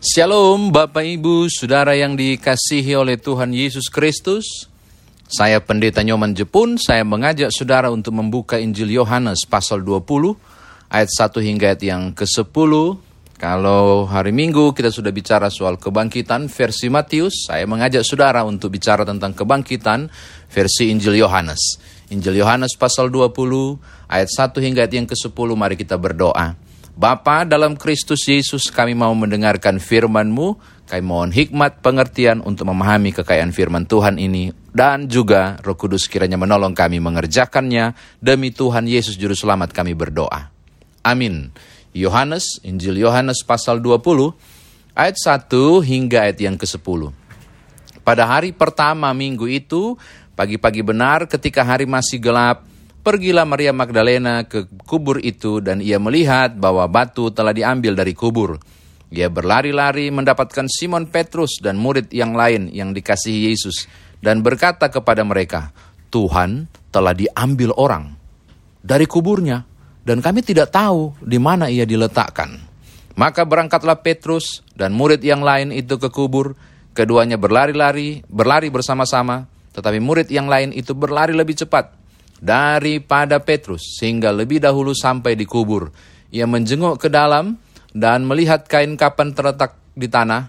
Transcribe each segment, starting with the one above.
Shalom Bapak Ibu, Saudara yang dikasihi oleh Tuhan Yesus Kristus. Saya Pendeta Nyoman Jepun, saya mengajak Saudara untuk membuka Injil Yohanes pasal 20, ayat 1 hingga ayat yang ke-10. Kalau hari Minggu kita sudah bicara soal kebangkitan versi Matius, saya mengajak Saudara untuk bicara tentang kebangkitan versi Injil Yohanes. Injil Yohanes pasal 20, ayat 1 hingga ayat yang ke-10, mari kita berdoa. Bapa dalam Kristus Yesus, kami mau mendengarkan firman-Mu, kami mohon hikmat pengertian untuk memahami kekayaan firman Tuhan ini, dan juga Roh Kudus kiranya menolong kami mengerjakannya, demi Tuhan Yesus Juru Selamat kami berdoa. Amin. Yohanes, Injil Yohanes pasal 20, ayat 1 hingga ayat yang ke-10. Pada hari pertama minggu itu, pagi-pagi benar ketika hari masih gelap, pergilah Maria Magdalena ke kubur itu dan ia melihat bahwa batu telah diambil dari kubur. Ia berlari-lari mendapatkan Simon Petrus dan murid yang lain yang dikasihi Yesus dan berkata kepada mereka, "Tuhan telah diambil orang dari kuburnya dan kami tidak tahu di mana ia diletakkan." Maka berangkatlah Petrus dan murid yang lain itu ke kubur. Keduanya berlari bersama-sama, tetapi murid yang lain itu berlari lebih cepat daripada Petrus, sehingga lebih dahulu sampai di kubur. Ia menjenguk ke dalam dan melihat kain kapan terletak di tanah,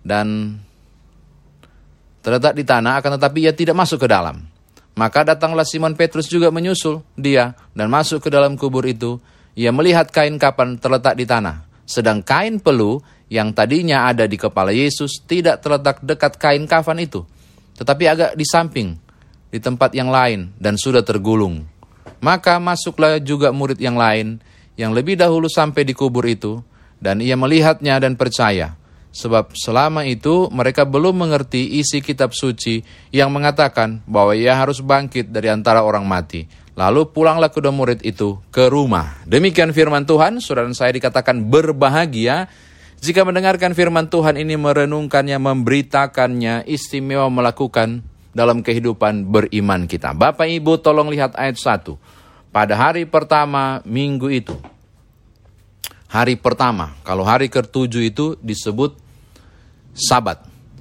akan tetapi ia tidak masuk ke dalam. Maka datanglah Simon Petrus juga menyusul dia dan masuk ke dalam kubur itu. Ia melihat kain kapan terletak di tanah, sedang kain pelu yang tadinya ada di kepala Yesus tidak terletak dekat kain kafan itu, tetapi agak di samping, di tempat yang lain, dan sudah tergulung. Maka masuklah juga murid yang lain, yang lebih dahulu sampai di kubur itu, dan ia melihatnya dan percaya. Sebab selama itu mereka belum mengerti isi kitab suci yang mengatakan bahwa ia harus bangkit dari antara orang mati. Lalu pulanglah kedua murid itu ke rumah. Demikian firman Tuhan. Saudara saya dikatakan berbahagia jika mendengarkan firman Tuhan ini, merenungkannya, memberitakannya, istimewa melakukan dalam kehidupan beriman kita. Bapak Ibu tolong lihat ayat 1. Pada hari pertama minggu itu. Hari pertama. Kalau hari ke-7 itu disebut Sabat.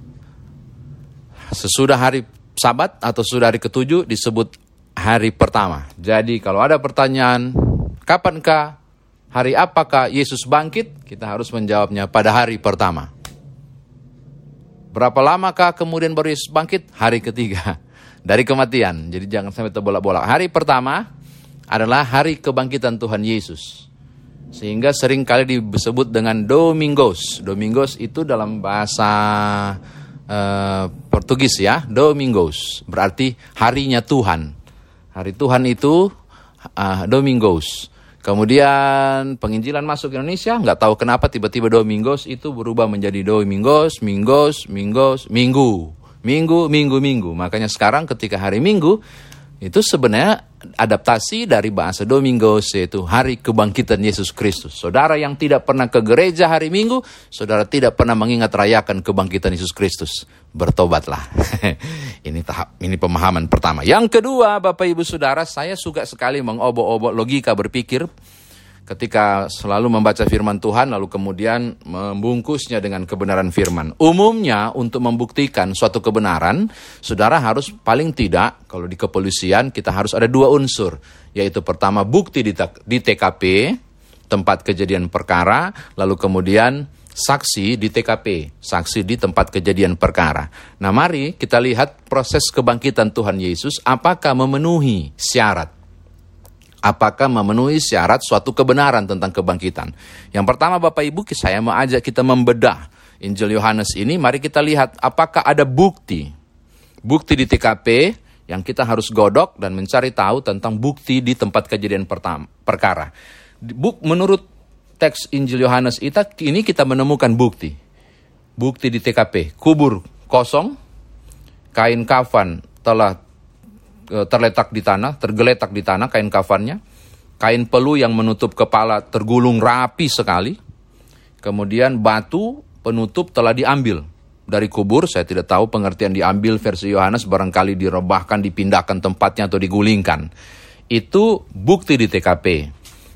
Sesudah hari Sabat atau sudah hari ke-7 disebut hari pertama. Jadi kalau ada pertanyaan, kapankah, hari apakah Yesus bangkit? Kita harus menjawabnya pada hari pertama. Berapa lamakah kemudian baru Yesus bangkit? Hari ketiga dari kematian. Jadi jangan sampai terbolak-bolak. Hari pertama adalah hari kebangkitan Tuhan Yesus. Sehingga seringkali disebut dengan Domingos. Domingos itu dalam bahasa Portugis ya. Domingos berarti harinya Tuhan. Hari Tuhan itu Domingos. Kemudian penginjilan masuk ke Indonesia, nggak tahu kenapa tiba-tiba Domingos itu berubah menjadi Domingos, Minggu. Makanya sekarang ketika hari Minggu, itu sebenarnya adaptasi dari bahasa Domingos, yaitu hari kebangkitan Yesus Kristus. Saudara yang tidak pernah ke gereja hari Minggu, saudara tidak pernah mengingat rayakan kebangkitan Yesus Kristus. Bertobatlah. Ini pemahaman pertama. Yang kedua, Bapak Ibu Saudara, saya suka sekali mengobok-obok logika berpikir ketika selalu membaca firman Tuhan, lalu kemudian membungkusnya dengan kebenaran firman. Umumnya untuk membuktikan suatu kebenaran, saudara harus paling tidak, kalau di kepolisian kita harus ada 2 unsur, yaitu pertama bukti di TKP, tempat kejadian perkara, lalu kemudian saksi di TKP, saksi di tempat kejadian perkara. Nah, mari kita lihat proses kebangkitan Tuhan Yesus, apakah memenuhi syarat? Apakah memenuhi syarat suatu kebenaran tentang kebangkitan? Yang pertama Bapak Ibu, saya mau ajak kita membedah Injil Yohanes ini. Mari kita lihat apakah ada bukti di TKP yang kita harus godok dan mencari tahu tentang bukti di tempat kejadian perkara. Menurut teks Injil Yohanes ini kita menemukan bukti di TKP. Kubur kosong, kain kafan telah tergeletak di tanah kain kafannya. Kain pelu yang menutup kepala tergulung rapi sekali. Kemudian batu penutup telah diambil dari kubur. Saya tidak tahu pengertian diambil versi Yohanes, barangkali direbahkan, dipindahkan tempatnya atau digulingkan. Itu bukti di TKP.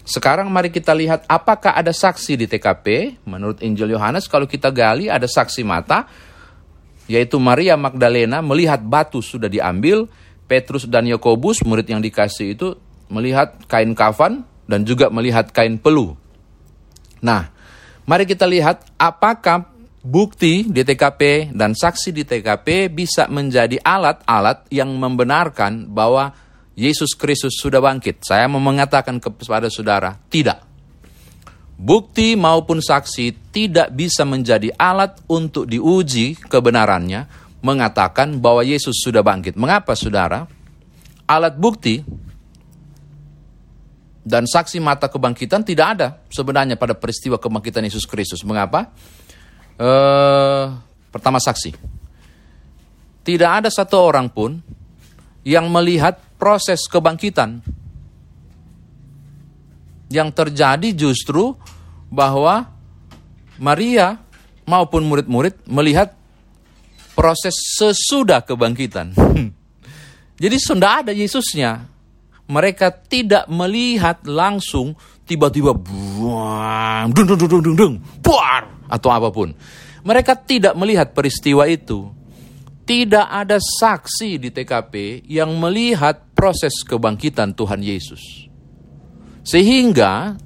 Sekarang mari kita lihat apakah ada saksi di TKP. Menurut Injil Yohanes, kalau kita gali ada saksi mata, yaitu Maria Magdalena melihat batu sudah diambil. Petrus dan Yakobus, murid yang dikasih itu, melihat kain kafan dan juga melihat kain pelu. Nah, mari kita lihat apakah bukti di TKP dan saksi di TKP bisa menjadi alat-alat yang membenarkan bahwa Yesus Kristus sudah bangkit. Saya mau mengatakan kepada saudara, tidak. Bukti maupun saksi tidak bisa menjadi alat untuk diuji kebenarannya, mengatakan bahwa Yesus sudah bangkit. Mengapa, saudara? Alat bukti dan saksi mata kebangkitan tidak ada sebenarnya pada peristiwa kebangkitan Yesus Kristus. Mengapa? Pertama, saksi. Tidak ada satu orang pun yang melihat proses kebangkitan. Yang terjadi justru bahwa Maria maupun murid-murid melihat proses sesudah kebangkitan. Jadi sudah ada Yesusnya. Mereka tidak melihat langsung tiba-tiba buang, buar, atau apapun. Mereka tidak melihat peristiwa itu. Tidak ada saksi di TKP yang melihat proses kebangkitan Tuhan Yesus. Sehingga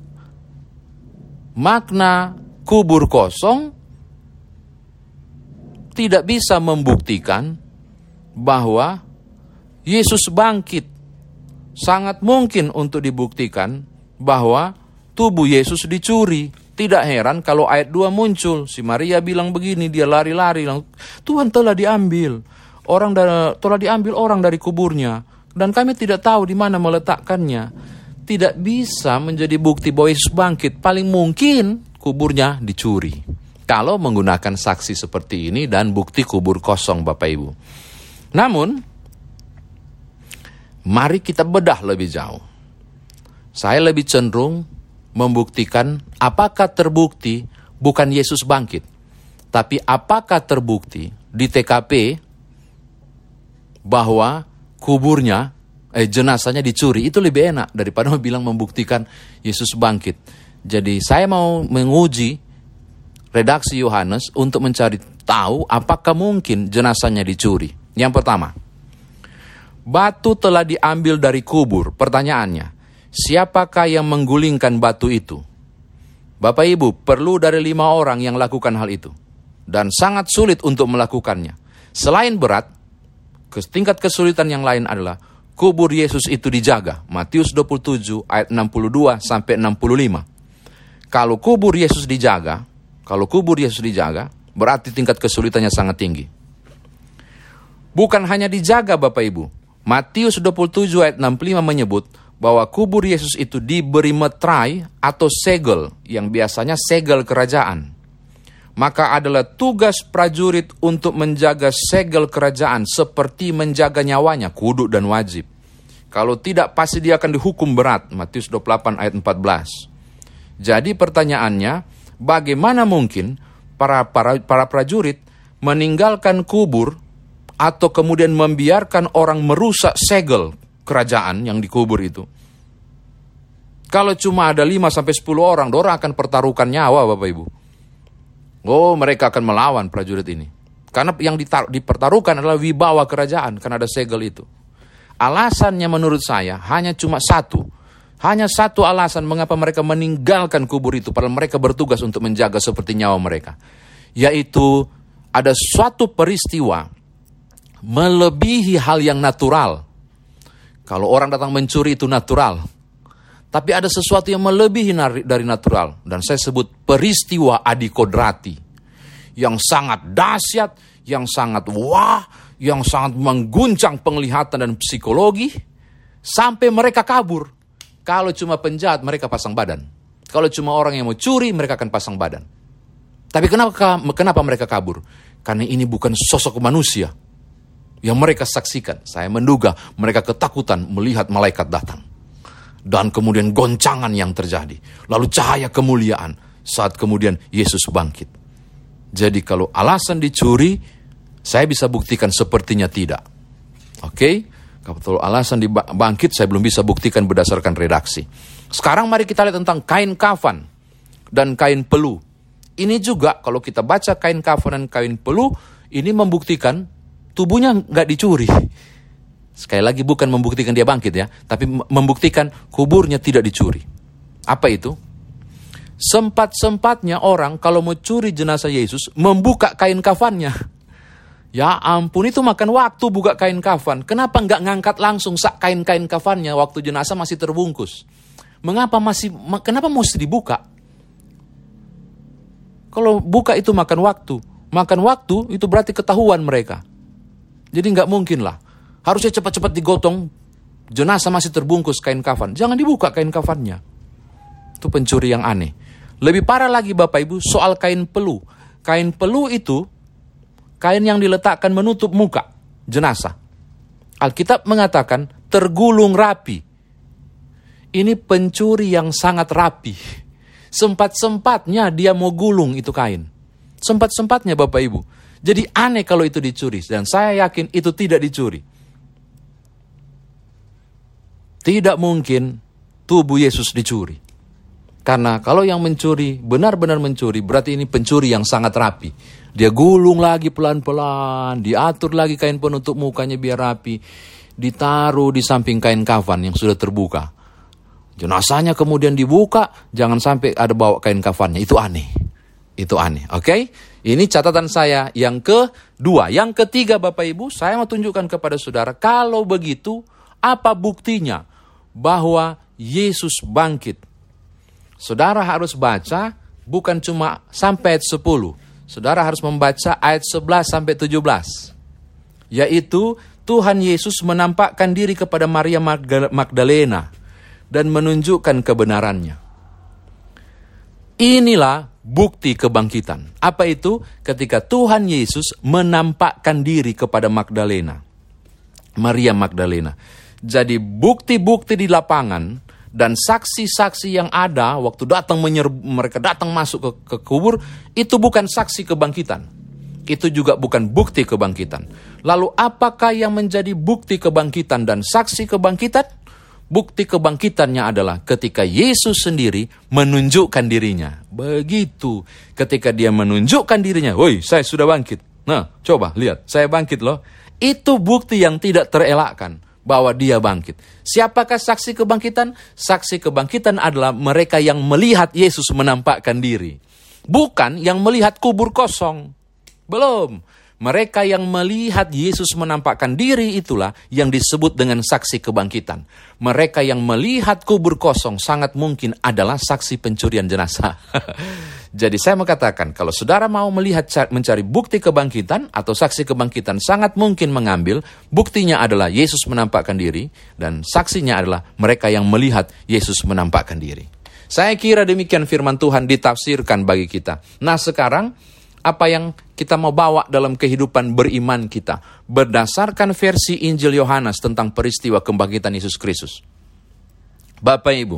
makna kubur kosong tidak bisa membuktikan bahwa Yesus bangkit. Sangat mungkin untuk dibuktikan bahwa tubuh Yesus dicuri. Tidak heran kalau ayat 2 muncul. Si Maria bilang begini, dia lari-lari. Tuhan telah diambil. Telah diambil orang dari kuburnya. Dan kami tidak tahu di mana meletakkannya. Tidak bisa menjadi bukti bahwa Yesus bangkit. Paling mungkin kuburnya dicuri. Kalau menggunakan saksi seperti ini dan bukti kubur kosong, Bapak Ibu. Namun, mari kita bedah lebih jauh. Saya lebih cenderung membuktikan apakah terbukti bukan Yesus bangkit, tapi apakah terbukti di TKP bahwa kuburnya, jenazahnya dicuri. Itu lebih enak daripada bilang membuktikan Yesus bangkit. Jadi saya mau menguji redaksi Yohanes untuk mencari tahu apakah mungkin jenazahnya dicuri. Yang pertama, batu telah diambil dari kubur. Pertanyaannya, siapakah yang menggulingkan batu itu? Bapak Ibu, perlu dari 5 orang yang lakukan hal itu. Dan sangat sulit untuk melakukannya. Selain berat, tingkat kesulitan yang lain adalah kubur Yesus itu dijaga. Matius 27 ayat 62 sampai 65. Kalau kubur Yesus dijaga, berarti tingkat kesulitannya sangat tinggi. Bukan hanya dijaga, Bapak Ibu. Matius 27 ayat 65 menyebut bahwa kubur Yesus itu diberi metrai atau segel, yang biasanya segel kerajaan. Maka adalah tugas prajurit untuk menjaga segel kerajaan seperti menjaga nyawanya, kudu dan wajib. Kalau tidak, pasti dia akan dihukum berat. Matius 28 ayat 14. Jadi pertanyaannya, bagaimana mungkin para prajurit meninggalkan kubur atau kemudian membiarkan orang merusak segel kerajaan yang dikubur itu? Kalau cuma ada 5-10 orang, orang akan pertaruhkan nyawa, Bapak Ibu. Oh, mereka akan melawan prajurit ini. Karena yang dipertaruhkan adalah wibawa kerajaan, karena ada segel itu. Alasannya menurut saya hanya cuma satu. Hanya satu alasan mengapa mereka meninggalkan kubur itu, padahal mereka bertugas untuk menjaga seperti nyawa mereka. Yaitu ada suatu peristiwa melebihi hal yang natural. Kalau orang datang mencuri itu natural. Tapi ada sesuatu yang melebihi dari natural. Dan saya sebut peristiwa adikodrati. Yang sangat dahsyat, yang sangat wah, yang sangat mengguncang penglihatan dan psikologi. Sampai mereka kabur. Kalau cuma penjahat, mereka pasang badan. Kalau cuma orang yang mau curi, mereka akan pasang badan. Tapi kenapa mereka kabur? Karena ini bukan sosok manusia yang mereka saksikan. Saya menduga mereka ketakutan melihat malaikat datang. Dan kemudian goncangan yang terjadi. Lalu cahaya kemuliaan saat kemudian Yesus bangkit. Jadi kalau alasan dicuri, saya bisa buktikan sepertinya tidak. Oke? Kalau alasan dibangkit saya belum bisa buktikan berdasarkan redaksi. Sekarang mari kita lihat tentang kain kafan dan kain pelu. Ini juga kalau kita baca kain kafan dan kain pelu, ini membuktikan tubuhnya nggak dicuri. Sekali lagi bukan membuktikan dia bangkit ya, tapi membuktikan kuburnya tidak dicuri. Apa itu? Sempat-sempatnya orang kalau mau curi jenazah Yesus membuka kain kafannya. Ya ampun, itu makan waktu buka kain kafan. Kenapa nggak ngangkat langsung kain-kain kafannya waktu jenazah masih terbungkus? Kenapa mesti dibuka? Kalau buka itu makan waktu. Makan waktu itu berarti ketahuan mereka. Jadi nggak mungkin lah. Harusnya cepat-cepat digotong. Jenazah masih terbungkus kain kafan. Jangan dibuka kain kafannya. Itu pencuri yang aneh. Lebih parah lagi Bapak Ibu soal kain pelu. Kain pelu itu kain yang diletakkan menutup muka jenazah. Alkitab mengatakan tergulung rapi. Ini pencuri yang sangat rapi. Sempat-sempatnya dia mau gulung itu kain. Sempat-sempatnya Bapak Ibu. Jadi aneh kalau itu dicuri. Dan saya yakin itu tidak dicuri. Tidak mungkin tubuh Yesus dicuri. Karena kalau yang mencuri, benar-benar mencuri, berarti ini pencuri yang sangat rapi. Dia gulung lagi pelan-pelan, diatur lagi kain penutup mukanya biar rapi, ditaruh di samping kain kafan yang sudah terbuka. Jenazahnya kemudian dibuka, jangan sampai ada bawa kain kafannya. Itu aneh. Itu aneh, oke? Ini catatan saya yang kedua. Yang ketiga Bapak Ibu, saya mau tunjukkan kepada saudara, kalau begitu, apa buktinya bahwa Yesus bangkit? Saudara harus baca bukan cuma sampai ayat 10. Saudara harus membaca ayat 11 sampai 17. Yaitu Tuhan Yesus menampakkan diri kepada Maria Magdalena dan menunjukkan kebenarannya. Inilah bukti kebangkitan. Apa itu? Ketika Tuhan Yesus menampakkan diri kepada Magdalena. Maria Magdalena. Jadi bukti-bukti di lapangan dan saksi-saksi yang ada waktu mereka datang masuk ke kubur, itu bukan saksi kebangkitan. Itu juga bukan bukti kebangkitan. Lalu apakah yang menjadi bukti kebangkitan dan saksi kebangkitan? Bukti kebangkitannya adalah ketika Yesus sendiri menunjukkan dirinya. Begitu. Ketika dia menunjukkan dirinya, woi saya sudah bangkit. Nah coba lihat, saya bangkit loh. Itu bukti yang tidak terelakkan. Bahwa dia bangkit. Siapakah saksi kebangkitan? Saksi kebangkitan adalah mereka yang melihat Yesus menampakkan diri. Bukan yang melihat kubur kosong. Belum. Mereka yang melihat Yesus menampakkan diri itulah yang disebut dengan saksi kebangkitan. Mereka yang melihat kubur kosong sangat mungkin adalah saksi pencurian jenazah. Jadi saya mau katakan, kalau saudara mau mencari bukti kebangkitan atau saksi kebangkitan, sangat mungkin mengambil buktinya adalah Yesus menampakkan diri dan saksinya adalah mereka yang melihat Yesus menampakkan diri. Saya kira demikian firman Tuhan ditafsirkan bagi kita. Nah sekarang, apa yang kita mau bawa dalam kehidupan beriman kita berdasarkan versi Injil Yohanes tentang peristiwa kebangkitan Yesus Kristus. Bapak Ibu,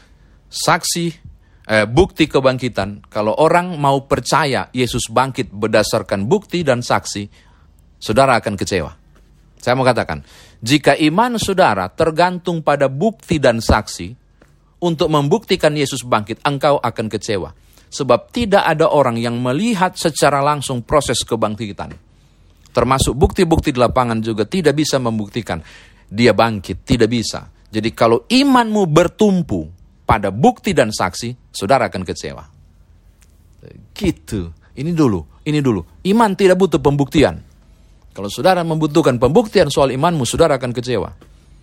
bukti kebangkitan, kalau orang mau percaya Yesus bangkit berdasarkan bukti dan saksi, saudara akan kecewa. Saya mau katakan, jika iman saudara tergantung pada bukti dan saksi untuk membuktikan Yesus bangkit, engkau akan kecewa. Sebab tidak ada orang yang melihat secara langsung proses kebangkitan. Termasuk bukti-bukti di lapangan juga tidak bisa membuktikan dia bangkit, tidak bisa. Jadi kalau imanmu bertumpu pada bukti dan saksi, saudara akan kecewa. Gitu. Ini dulu. Iman tidak butuh pembuktian. Kalau saudara membutuhkan pembuktian soal imanmu, saudara akan kecewa.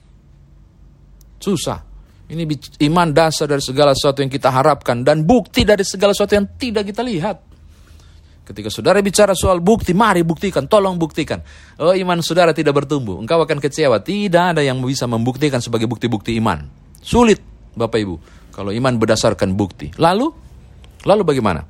Susah. Ini iman dasar dari segala sesuatu yang kita harapkan dan bukti dari segala sesuatu yang tidak kita lihat. Ketika saudara bicara soal bukti, mari buktikan, tolong buktikan. Oh, iman saudara tidak bertumbuh, engkau akan kecewa. Tidak ada yang bisa membuktikan sebagai bukti-bukti iman. Sulit, Bapak Ibu, kalau iman berdasarkan bukti. Lalu bagaimana?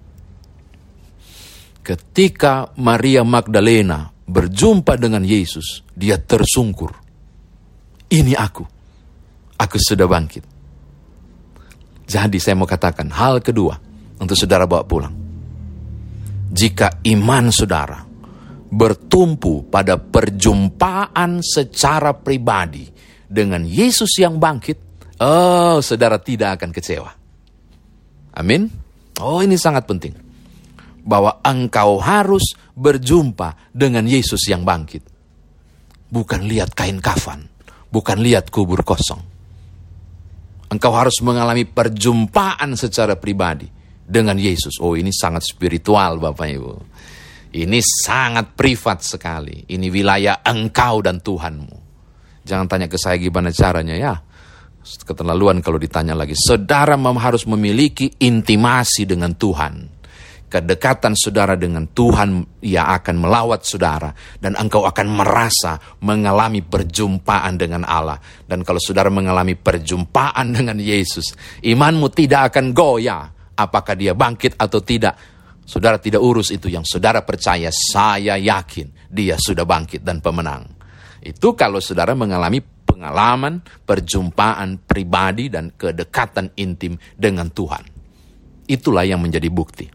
Ketika Maria Magdalena berjumpa dengan Yesus, dia tersungkur. Ini aku sudah bangkit. Jadi saya mau katakan hal kedua untuk saudara bawa pulang. Jika iman saudara bertumpu pada perjumpaan secara pribadi dengan Yesus yang bangkit, saudara tidak akan kecewa. Amin. Ini sangat penting. Bahwa engkau harus berjumpa dengan Yesus yang bangkit. Bukan lihat kain kafan, bukan lihat kubur kosong. Engkau harus mengalami perjumpaan secara pribadi dengan Yesus. Ini sangat spiritual Bapak Ibu. Ini sangat privat sekali. Ini wilayah engkau dan Tuhanmu. Jangan tanya ke saya gimana caranya ya. Keterlaluan kalau ditanya lagi. Saudara harus memiliki intimasi dengan Tuhan. Kedekatan saudara dengan Tuhan, Ia akan melawat saudara. Dan engkau akan merasa mengalami perjumpaan dengan Allah. Dan kalau saudara mengalami perjumpaan dengan Yesus, imanmu tidak akan goyah. Apakah Dia bangkit atau tidak. Saudara tidak urus itu. Yang saudara percaya, saya yakin Dia sudah bangkit dan pemenang. Itu kalau saudara mengalami pengalaman, perjumpaan pribadi dan kedekatan intim dengan Tuhan. Itulah yang menjadi bukti.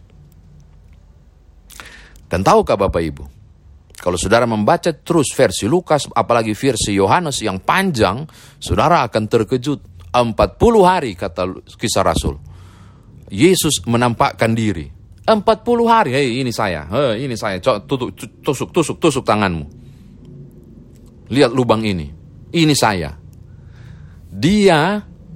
Dan tahukah Bapak Ibu, kalau saudara membaca terus versi Lukas, apalagi versi Yohanes yang panjang, saudara akan terkejut. 40 hari kata Kisah Rasul, Yesus menampakkan diri. 40 hari, ini saya, tusuk tanganmu. Lihat lubang ini saya. Dia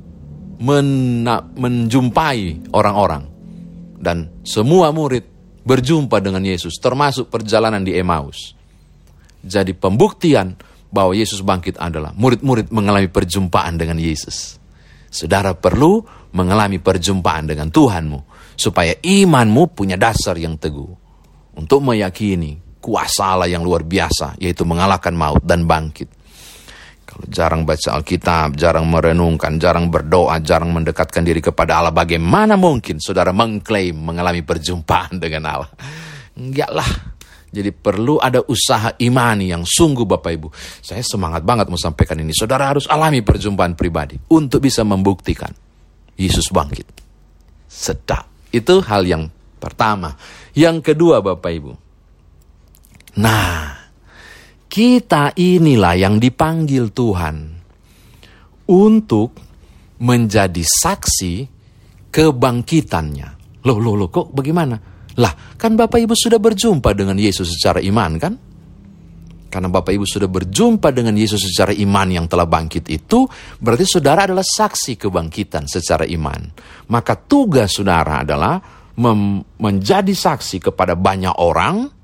menjumpai orang-orang. Dan semua murid berjumpa dengan Yesus, termasuk perjalanan di Emmaus. Jadi pembuktian bahwa Yesus bangkit adalah murid-murid mengalami perjumpaan dengan Yesus. Saudara perlu mengalami perjumpaan dengan Tuhanmu, supaya imanmu punya dasar yang teguh untuk meyakini kuasa Allah yang luar biasa, yaitu mengalahkan maut dan bangkit. Kalau jarang baca Alkitab, jarang merenungkan, jarang berdoa, jarang mendekatkan diri kepada Allah, bagaimana mungkin saudara mengklaim mengalami perjumpaan dengan Allah? Enggak lah. Jadi perlu ada usaha imani yang sungguh Bapak Ibu. Saya semangat banget mau sampaikan ini. Saudara harus alami perjumpaan pribadi untuk bisa membuktikan Yesus bangkit. Sedap. Itu hal yang pertama. Yang kedua Bapak Ibu. Nah, kita inilah yang dipanggil Tuhan untuk menjadi saksi kebangkitannya. Loh, kok bagaimana? Lah, kan Bapak Ibu sudah berjumpa dengan Yesus secara iman kan? Karena Bapak Ibu sudah berjumpa dengan Yesus secara iman yang telah bangkit itu, berarti saudara adalah saksi kebangkitan secara iman. Maka tugas saudara adalah menjadi saksi kepada banyak orang,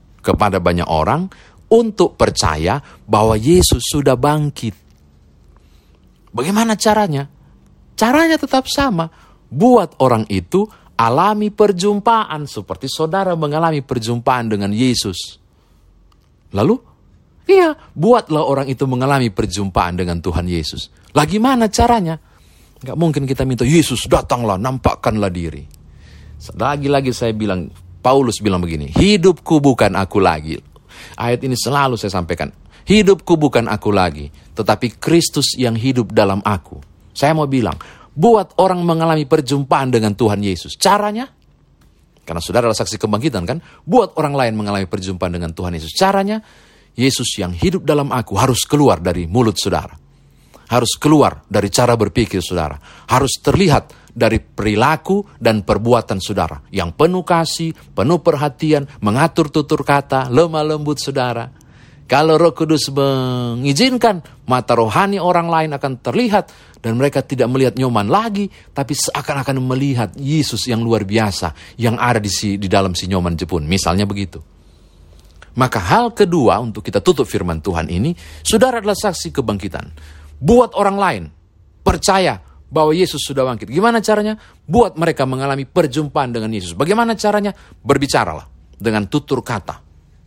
untuk percaya bahwa Yesus sudah bangkit. Bagaimana caranya? Caranya tetap sama. Buat orang itu alami perjumpaan seperti saudara mengalami perjumpaan dengan Yesus. Lalu, buatlah orang itu mengalami perjumpaan dengan Tuhan Yesus. Lah gimana caranya? Gak mungkin kita minta, Yesus datanglah, nampakkanlah diri. Lagi-lagi saya bilang, Paulus bilang begini, hidupku bukan aku lagi. Ayat ini selalu saya sampaikan. Hidupku bukan aku lagi, tetapi Kristus yang hidup dalam aku. Saya mau bilang, buat orang mengalami perjumpaan dengan Tuhan Yesus. Caranya? Karena saudara adalah saksi kebangkitan kan? Buat orang lain mengalami perjumpaan dengan Tuhan Yesus. Caranya, Yesus yang hidup dalam aku harus keluar dari mulut saudara. Harus keluar dari cara berpikir saudara. Harus terlihat dari perilaku dan perbuatan saudara. Yang penuh kasih, penuh perhatian, mengatur tutur kata, lemah lembut saudara. Kalau Roh Kudus mengizinkan, mata rohani orang lain akan terlihat. Dan mereka tidak melihat nyoman lagi, tapi seakan-akan melihat Yesus yang luar biasa. Yang ada di dalam si nyoman Jepun. Misalnya begitu. Maka hal kedua untuk kita tutup firman Tuhan ini, saudara adalah saksi kebangkitan. Buat orang lain percaya bahwa Yesus sudah bangkit. Gimana caranya? Buat mereka mengalami perjumpaan dengan Yesus. Bagaimana caranya? Berbicaralah dengan tutur kata.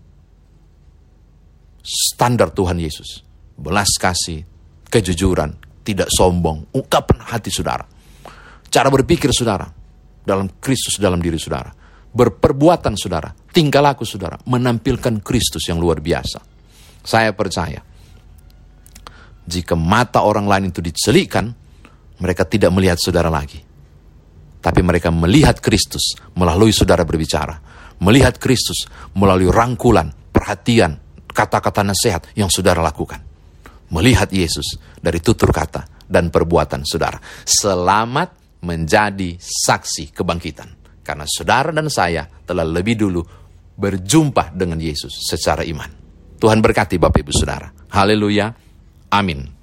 Standar Tuhan Yesus. Belas kasih, kejujuran, tidak sombong, ungkapan hati saudara. Cara berpikir saudara, dalam Kristus dalam diri saudara. Berperbuatan saudara, tingkah laku saudara, menampilkan Kristus yang luar biasa. Saya percaya, jika mata orang lain itu dicelikkan, mereka tidak melihat saudara lagi. Tapi mereka melihat Kristus melalui saudara berbicara. melihat Kristus melalui rangkulan, perhatian, kata-kata nasihat yang saudara lakukan. Melihat Yesus dari tutur kata dan perbuatan saudara. Selamat menjadi saksi kebangkitan. Karena saudara dan saya telah lebih dulu berjumpa dengan Yesus secara iman. Tuhan berkati Bapak Ibu Saudara. Haleluya. Amin.